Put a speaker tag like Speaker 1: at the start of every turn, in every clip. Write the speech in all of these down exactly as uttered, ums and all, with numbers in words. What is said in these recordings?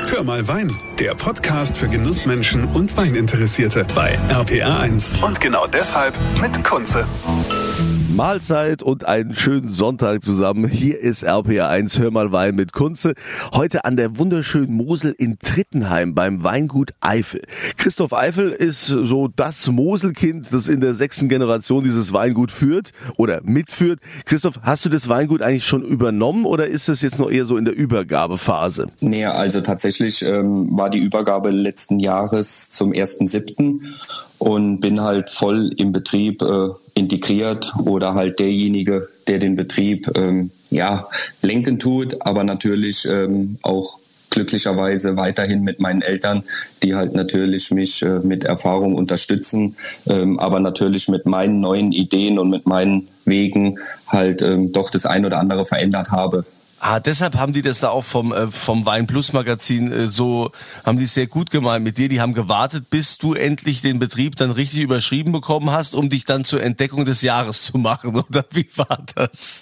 Speaker 1: Hör mal Wein, der Podcast für Genussmenschen und Weininteressierte bei R P R eins. Und genau deshalb mit Kunze.
Speaker 2: Mahlzeit und einen schönen Sonntag zusammen. Hier ist R P R eins, Hör mal Wein mit Kunze. Heute an der wunderschönen Mosel in Trittenheim beim Weingut Eifel. Christoph Eifel ist so das Moselkind, das in der sechsten Generation dieses Weingut führt oder mitführt. Christoph, hast du das Weingut eigentlich schon übernommen oder ist es jetzt noch eher so in der Übergabephase?
Speaker 3: Nee, also tatsächlich ähm, war die Übergabe letzten Jahres zum ersten siebten und bin halt voll im Betrieb äh, integriert oder halt derjenige, der den Betrieb ähm, ja lenken tut, aber natürlich ähm, auch glücklicherweise weiterhin mit meinen Eltern, die halt natürlich mich äh, mit Erfahrung unterstützen, ähm, aber natürlich mit meinen neuen Ideen und mit meinen Wegen halt ähm, doch das ein oder andere verändert habe.
Speaker 2: Ah, deshalb haben die das da auch vom äh, vom Wein Plus Magazin äh, so, haben die es sehr gut gemeint mit dir. Die haben gewartet, bis du endlich den Betrieb dann richtig überschrieben bekommen hast, um dich dann zur Entdeckung des Jahres zu machen. Oder wie war das?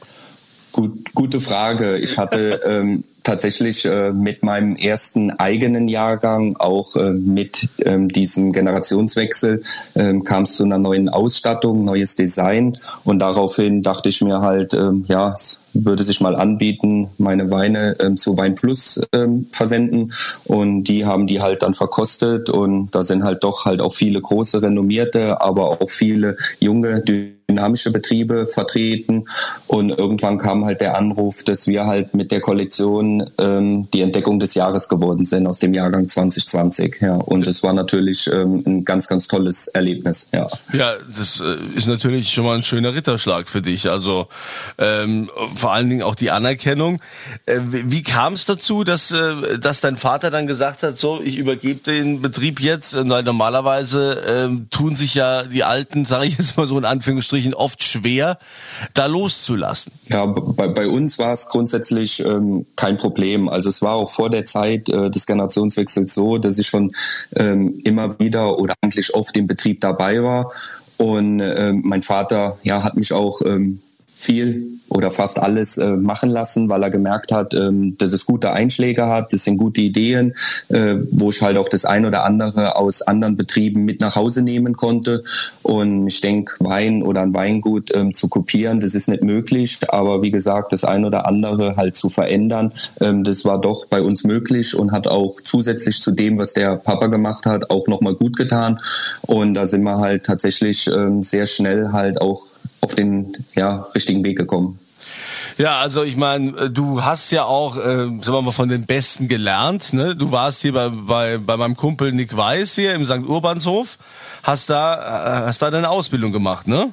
Speaker 3: Gut, gute Frage. Ich hatte ähm, tatsächlich äh, mit meinem ersten eigenen Jahrgang, auch äh, mit ähm, diesem Generationswechsel, ähm, kam es zu einer neuen Ausstattung, neues Design. Und daraufhin dachte ich mir halt, ähm, ja, es würde sich mal anbieten, meine Weine ähm, zu Wein Plus ähm, versenden. Und die haben die halt dann verkostet. Und da sind halt doch halt auch viele große, renommierte, aber auch viele junge, dynamische Betriebe vertreten. Und irgendwann kam halt der Anruf, dass wir halt mit der Kollektion ähm, die Entdeckung des Jahres geworden sind aus dem Jahrgang zwanzig zwanzig. Ja, und es war natürlich ähm, ein ganz, ganz tolles Erlebnis. Ja,
Speaker 2: ja, das äh, ist natürlich schon mal ein schöner Ritterschlag für dich. Also ähm, vor allen Dingen auch die Anerkennung. Äh, wie kam es dazu, dass äh, dass dein Vater dann gesagt hat, so, ich übergebe den Betrieb jetzt? Weil normalerweise äh, tun sich ja die Alten, sage ich jetzt mal so in Anführungsstrichen, oft schwer, da loszulassen.
Speaker 3: Ja, bei, bei uns war es grundsätzlich ähm, kein Problem. Also es war auch vor der Zeit äh, des Generationswechsels so, dass ich schon ähm, immer wieder oder eigentlich oft im Betrieb dabei war. Und ähm, mein Vater ja hat mich auch ähm, viel oder fast alles äh, machen lassen, weil er gemerkt hat, ähm, dass es gute Einschläge hat, das sind gute Ideen, äh, wo ich halt auch das ein oder andere aus anderen Betrieben mit nach Hause nehmen konnte. Und ich denke, Wein oder ein Weingut ähm, zu kopieren, das ist nicht möglich, aber wie gesagt, das ein oder andere halt zu verändern, ähm, das war doch bei uns möglich und hat auch zusätzlich zu dem, was der Papa gemacht hat, auch nochmal gut getan. Und da sind wir halt tatsächlich ähm, sehr schnell halt auch auf den ja, richtigen Weg gekommen.
Speaker 2: Ja, also ich meine, du hast ja auch, äh, sagen wir mal, von den Besten gelernt. Ne? Du warst hier bei, bei, bei meinem Kumpel Nick Weiß hier im Sankt Urbanshof, hast da, hast da deine Ausbildung gemacht, ne?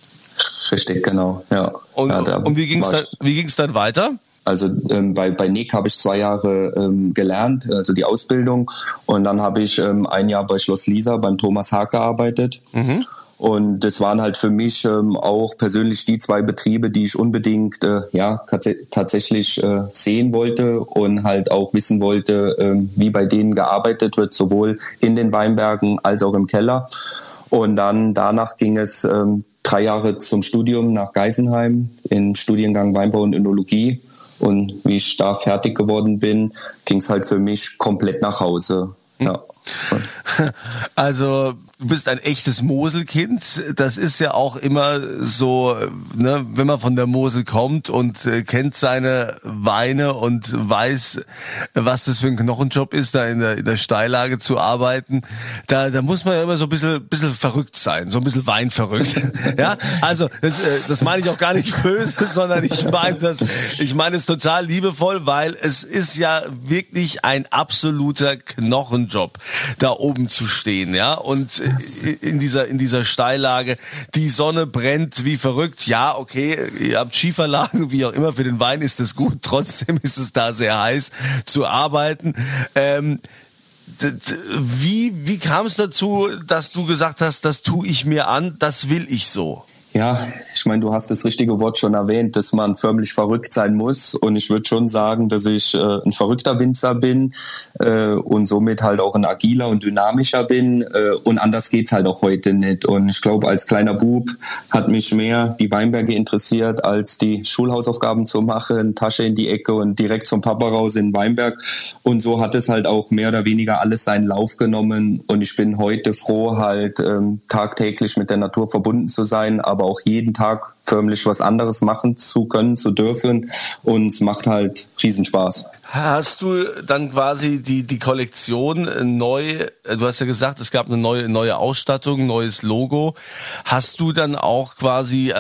Speaker 3: Richtig, genau, ja.
Speaker 2: Und,
Speaker 3: ja,
Speaker 2: und wie ging's dann, wie ging's dann weiter?
Speaker 3: Also ähm, bei, bei Nick habe ich zwei Jahre ähm, gelernt, also die Ausbildung. Und dann habe ich ähm, ein Jahr bei Schloss Lisa beim Thomas Haag gearbeitet. Mhm. Und das waren halt für mich ähm, auch persönlich die zwei Betriebe, die ich unbedingt äh, ja tats- tatsächlich äh, sehen wollte und halt auch wissen wollte, ähm, wie bei denen gearbeitet wird, sowohl in den Weinbergen als auch im Keller. Und dann danach ging es ähm, drei Jahre zum Studium nach Geisenheim in Studiengang Weinbau und Önologie. Und wie ich da fertig geworden bin, ging es halt für mich komplett nach Hause. Ja.
Speaker 2: Also du bist ein echtes Moselkind. Das ist ja auch immer so, ne, wenn man von der Mosel kommt und äh, kennt seine Weine und weiß, was das für ein Knochenjob ist, da in der, in der Steillage zu arbeiten. Da, da muss man ja immer so ein bisschen, bisschen verrückt sein, so ein bisschen weinverrückt. Ja, also das, äh, das meine ich auch gar nicht böse, sondern ich meine das, ich meine es total liebevoll, weil es ist ja wirklich ein absoluter Knochenjob, da oben zu stehen, ja, und in dieser in dieser Steillage, die Sonne brennt wie verrückt. Ja, okay, ihr habt Schieferlagen, wie auch immer, für den Wein ist das gut. Trotzdem ist es da sehr heiß zu arbeiten. Ähm, d- d- wie wie kam es dazu, dass du gesagt hast, das tue ich mir an, das will ich so?
Speaker 3: Ja, ich meine, du hast das richtige Wort schon erwähnt, dass man förmlich verrückt sein muss. Und ich würde schon sagen, dass ich äh, ein verrückter Winzer bin äh, und somit halt auch ein agiler und dynamischer bin. Äh, und anders geht's halt auch heute nicht. Und ich glaube, als kleiner Bub hat mich mehr die Weinberge interessiert, als die Schulhausaufgaben zu machen, Tasche in die Ecke und direkt zum Papa raus in den Weinberg. Und so hat es halt auch mehr oder weniger alles seinen Lauf genommen. Und ich bin heute froh, halt ähm, tagtäglich mit der Natur verbunden zu sein, aber auch jeden Tag förmlich was anderes machen zu können, zu dürfen, und es macht halt Riesenspaß.
Speaker 2: Hast du dann quasi die die Kollektion neu, du hast ja gesagt, es gab eine neue neue Ausstattung, neues Logo. Hast du dann auch quasi,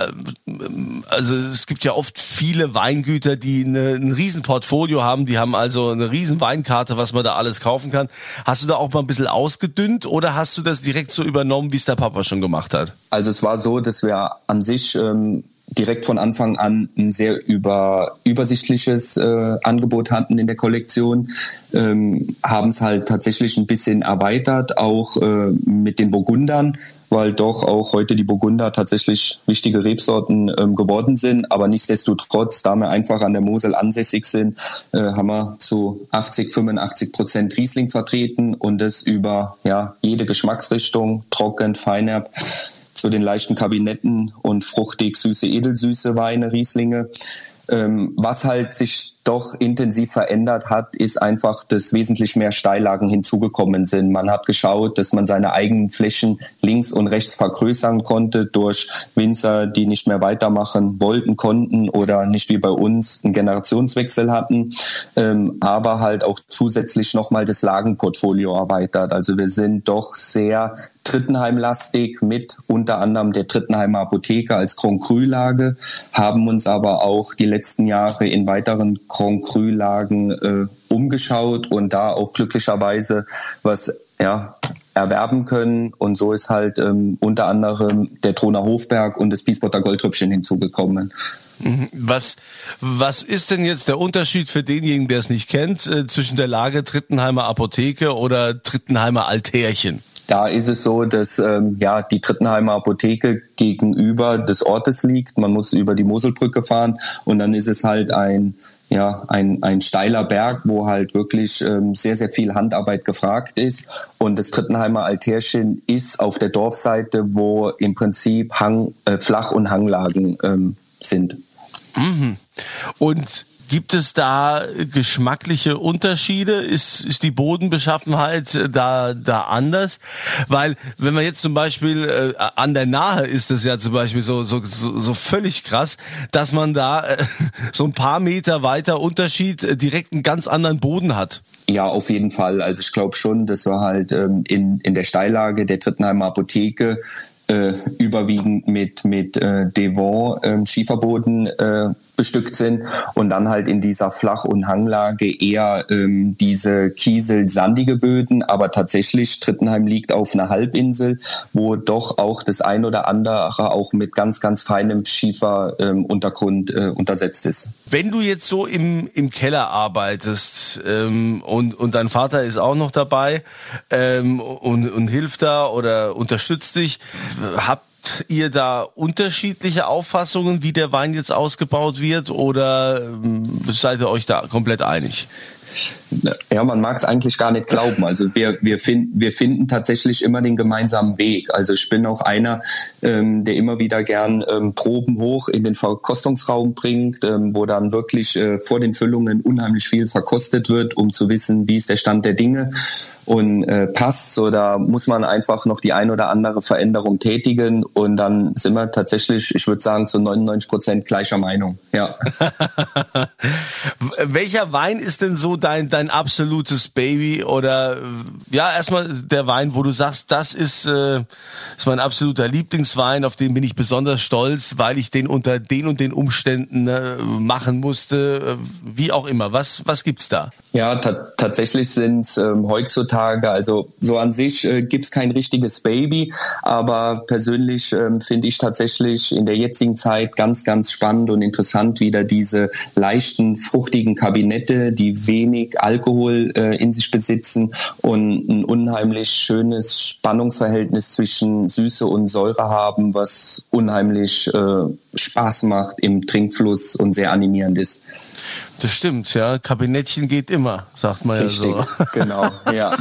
Speaker 2: also es gibt ja oft viele Weingüter, die eine, ein riesen Portfolio haben, die haben also eine riesen Weinkarte, was man da alles kaufen kann. Hast du da auch mal ein bisschen ausgedünnt oder hast du das direkt so übernommen, wie es der Papa schon gemacht hat?
Speaker 3: Also es war so, dass wir an sich ähm, direkt von Anfang an ein sehr über, übersichtliches äh, Angebot hatten in der Kollektion, ähm, haben es halt tatsächlich ein bisschen erweitert, auch äh, mit den Burgundern, weil doch auch heute die Burgunder tatsächlich wichtige Rebsorten ähm, geworden sind. Aber nichtsdestotrotz, da wir einfach an der Mosel ansässig sind, äh, haben wir zu achtzig, fünfundachtzig Prozent Riesling vertreten und das über ja jede Geschmacksrichtung, trocken, feinherb, zu den leichten Kabinetten und fruchtig süße, edelsüße Weine, Rieslinge. Ähm, was halt sich doch intensiv verändert hat, ist einfach, dass wesentlich mehr Steillagen hinzugekommen sind. Man hat geschaut, dass man seine eigenen Flächen links und rechts vergrößern konnte durch Winzer, die nicht mehr weitermachen wollten, konnten oder nicht wie bei uns einen Generationswechsel hatten, ähm, aber halt auch zusätzlich nochmal das Lagenportfolio erweitert. Also wir sind doch sehr Trittenheim-lastig mit unter anderem der Trittenheimer Apotheke als Grand Cru-Lage, haben uns aber auch die letzten Jahre in weiteren Grand Cru-Lagen äh, umgeschaut und da auch glücklicherweise was ja erwerben können. Und so ist halt ähm, unter anderem der Troner Hofberg und das Piespotter Goldtrüppchen hinzugekommen.
Speaker 2: Was, was ist denn jetzt der Unterschied für denjenigen, der es nicht kennt, äh, zwischen der Lage Trittenheimer Apotheke oder Trittenheimer Altärchen?
Speaker 3: Da ist es so, dass ähm, ja die Trittenheimer Apotheke gegenüber des Ortes liegt. Man muss über die Moselbrücke fahren und dann ist es halt ein ja ein ein steiler Berg, wo halt wirklich ähm, sehr sehr viel Handarbeit gefragt ist. Und das Trittenheimer Altärchen ist auf der Dorfseite, wo im Prinzip Hang äh, Flach- und Hanglagen ähm, sind.
Speaker 2: Mhm. Und gibt es da geschmackliche Unterschiede? Ist, ist die Bodenbeschaffenheit da, da anders? Weil, wenn man jetzt zum Beispiel äh, an der Nahe ist es ja zum Beispiel so, so, so, so völlig krass, dass man da äh, so ein paar Meter weiter Unterschied äh, direkt einen ganz anderen Boden hat.
Speaker 3: Ja, auf jeden Fall. Also ich glaube schon, dass wir halt ähm, in, in der Steillage der Trittenheimer Apotheke äh, überwiegend mit, mit äh, Devon ähm, Schieferboden äh, bestückt sind und dann halt in dieser Flach- und Hanglage eher ähm, diese Kiesel-sandige Böden, aber tatsächlich Trittenheim liegt auf einer Halbinsel, wo doch auch das ein oder andere auch mit ganz, ganz feinem Schieferuntergrund ähm, äh, untersetzt ist.
Speaker 2: Wenn du jetzt so im, im Keller arbeitest ähm, und, und dein Vater ist auch noch dabei ähm, und, und hilft da oder unterstützt dich, habt ihr da unterschiedliche Auffassungen, wie der Wein jetzt ausgebaut wird, oder seid ihr euch da komplett einig?
Speaker 3: Ja, man mag es eigentlich gar nicht glauben. Also wir wir finden wir finden tatsächlich immer den gemeinsamen Weg. Also ich bin auch einer, ähm, der immer wieder gern ähm, Proben hoch in den Verkostungsraum bringt, ähm, wo dann wirklich äh, vor den Füllungen unheimlich viel verkostet wird, um zu wissen, wie ist der Stand der Dinge und äh, passt. So, da muss man einfach noch die ein oder andere Veränderung tätigen und dann sind wir tatsächlich, ich würde sagen, zu neunundneunzig Prozent gleicher Meinung. Ja.
Speaker 2: Welcher Wein ist denn so dein dein absolutes Baby, oder ja, erstmal der Wein, wo du sagst, das ist, äh, ist mein absoluter Lieblingswein, auf den bin ich besonders stolz, weil ich den unter den und den Umständen äh, machen musste, äh, wie auch immer. Was was gibt's da?
Speaker 3: Ja, ta- tatsächlich sind ähm, heutzutage heutzutage. Also so an sich äh, gibt's kein richtiges Baby, aber persönlich ähm, finde ich tatsächlich in der jetzigen Zeit ganz, ganz spannend und interessant wieder diese leichten, fruchtigen Kabinette, die wenig Alkohol äh, in sich besitzen und ein unheimlich schönes Spannungsverhältnis zwischen Süße und Säure haben, was unheimlich äh, Spaß macht im Trinkfluss und sehr animierend ist.
Speaker 2: Das stimmt, ja. Kabinettchen geht immer, sagt man
Speaker 3: Richtig,
Speaker 2: ja so.
Speaker 3: Genau, ja.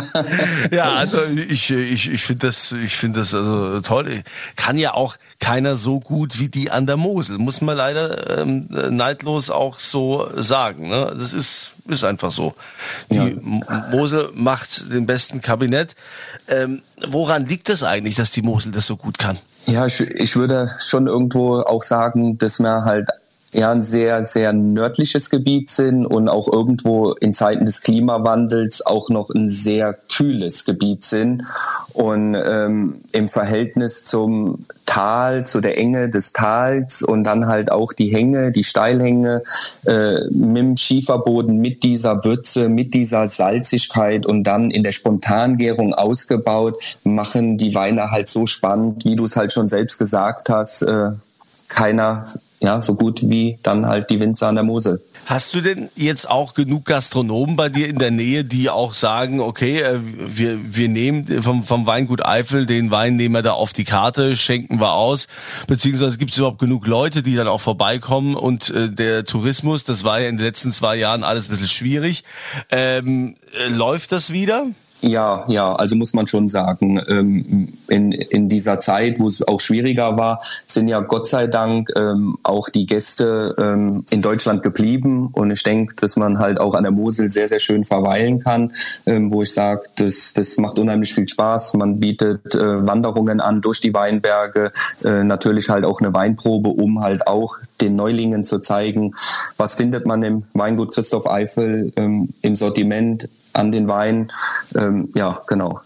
Speaker 2: Ja, also ich ich ich finde das ich finde das also toll. Kann ja auch keiner so gut wie die an der Mosel, muss man leider ähm, neidlos auch so sagen. Ne? Das ist ist einfach so. Die ja. Mosel macht den besten Kabinett. Ähm, woran liegt das eigentlich, dass die Mosel das so gut kann?
Speaker 3: Ja, ich, ich würde schon irgendwo auch sagen, dass wir halt ja ein sehr, sehr nördliches Gebiet sind und auch irgendwo in Zeiten des Klimawandels auch noch ein sehr kühles Gebiet sind. Und ähm, im Verhältnis zum Tal, zu der Enge des Tals und dann halt auch die Hänge, die Steilhänge äh, mit dem Schieferboden, mit dieser Würze, mit dieser Salzigkeit und dann in der Spontangärung ausgebaut, machen die Weine halt so spannend, wie du es halt schon selbst gesagt hast, äh, keiner ja so gut wie dann halt die Winzer an der Mosel.
Speaker 2: Hast du denn jetzt auch genug Gastronomen bei dir in der Nähe, die auch sagen, okay, wir wir nehmen vom vom Weingut Eifel den Wein, nehmen wir da auf die Karte, schenken wir aus, beziehungsweise gibt es überhaupt genug Leute, die dann auch vorbeikommen und äh, der Tourismus, das war ja in den letzten zwei Jahren alles ein bisschen schwierig, ähm, läuft das wieder?
Speaker 3: Ja, ja, also muss man schon sagen, ähm, in, in dieser Zeit, wo es auch schwieriger war, sind ja Gott sei Dank ähm, auch die Gäste ähm, in Deutschland geblieben und ich denke, dass man halt auch an der Mosel sehr, sehr schön verweilen kann, ähm, wo ich sage, das, das macht unheimlich viel Spaß. Man bietet äh, Wanderungen an durch die Weinberge, äh, natürlich halt auch eine Weinprobe, um halt auch den Neulingen zu zeigen, was findet man im Weingut Christoph Eifel ähm, im Sortiment, an den Wein, ähm, ja, genau.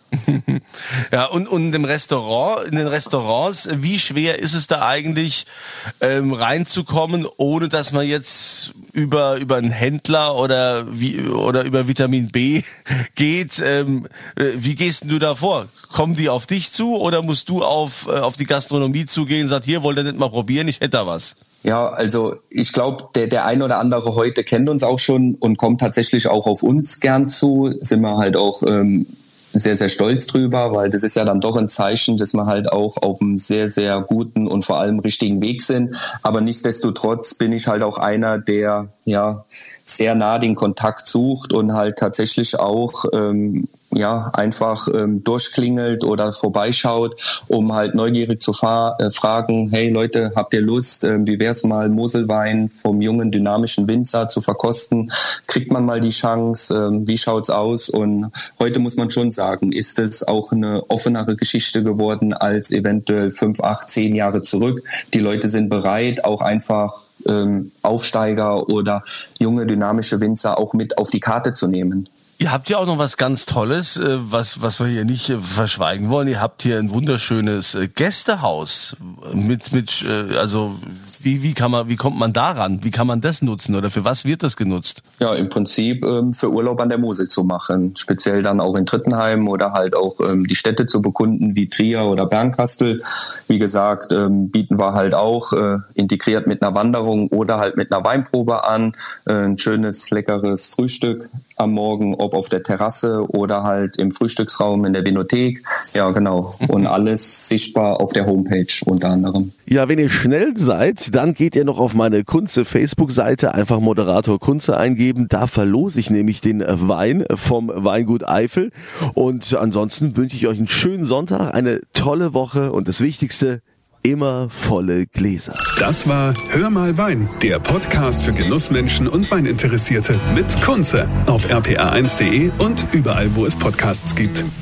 Speaker 2: Ja, und, und im Restaurant, in den Restaurants, wie schwer ist es da eigentlich ähm, reinzukommen, ohne dass man jetzt über über einen Händler oder wie oder über Vitamin B geht? Ähm, wie gehst du da vor? Kommen die auf dich zu oder musst du auf auf die Gastronomie zugehen und sagst, hier, wollt ihr nicht mal probieren, ich hätte da was?
Speaker 3: Ja, also ich glaube, der der ein oder andere heute kennt uns auch schon und kommt tatsächlich auch auf uns gern zu. Sind wir halt auch ähm, sehr, sehr stolz drüber, weil das ist ja dann doch ein Zeichen, dass wir halt auch auf einem sehr, sehr guten und vor allem richtigen Weg sind. Aber nichtsdestotrotz bin ich halt auch einer, der ja sehr nah den Kontakt sucht und halt tatsächlich auch ähm, ja einfach ähm, durchklingelt oder vorbeischaut, um halt neugierig zu fa- äh, fragen, hey Leute, habt ihr Lust, äh, wie wär's mal Moselwein vom jungen, dynamischen Winzer zu verkosten? Kriegt man mal die Chance? Äh, wie schaut's aus? Und heute muss man schon sagen, ist es auch eine offenere Geschichte geworden als eventuell fünf, acht, zehn Jahre zurück. Die Leute sind bereit, auch einfach ähm, Aufsteiger oder junge, dynamische Winzer auch mit auf die Karte zu nehmen.
Speaker 2: Ihr habt ja auch noch was ganz Tolles, was was wir hier nicht verschweigen wollen. Ihr habt hier ein wunderschönes Gästehaus mit mit also wie wie kann man wie kommt man daran? Wie kann man das nutzen oder für was wird das genutzt?
Speaker 3: Ja, im Prinzip ähm, für Urlaub an der Mosel zu machen, speziell dann auch in Trittenheim oder halt auch ähm, die Städte zu bekunden wie Trier oder Bernkastel. Wie gesagt, ähm, bieten wir halt auch äh, integriert mit einer Wanderung oder halt mit einer Weinprobe an, äh, ein schönes leckeres Frühstück am Morgen, ob auf der Terrasse oder halt im Frühstücksraum in der Vinothek. Ja, genau. Und alles sichtbar auf der Homepage unter anderem.
Speaker 4: Ja, wenn ihr schnell seid, dann geht ihr noch auf meine Kunze Facebook-Seite, einfach Moderator Kunze eingeben. Da verlose ich nämlich den Wein vom Weingut Eifel. Und ansonsten wünsche ich euch einen schönen Sonntag, eine tolle Woche und das Wichtigste, immer volle Gläser.
Speaker 1: Das war Hör mal Wein, der Podcast für Genussmenschen und Weininteressierte mit Kunze auf r p r eins punkt d e und überall, wo es Podcasts gibt.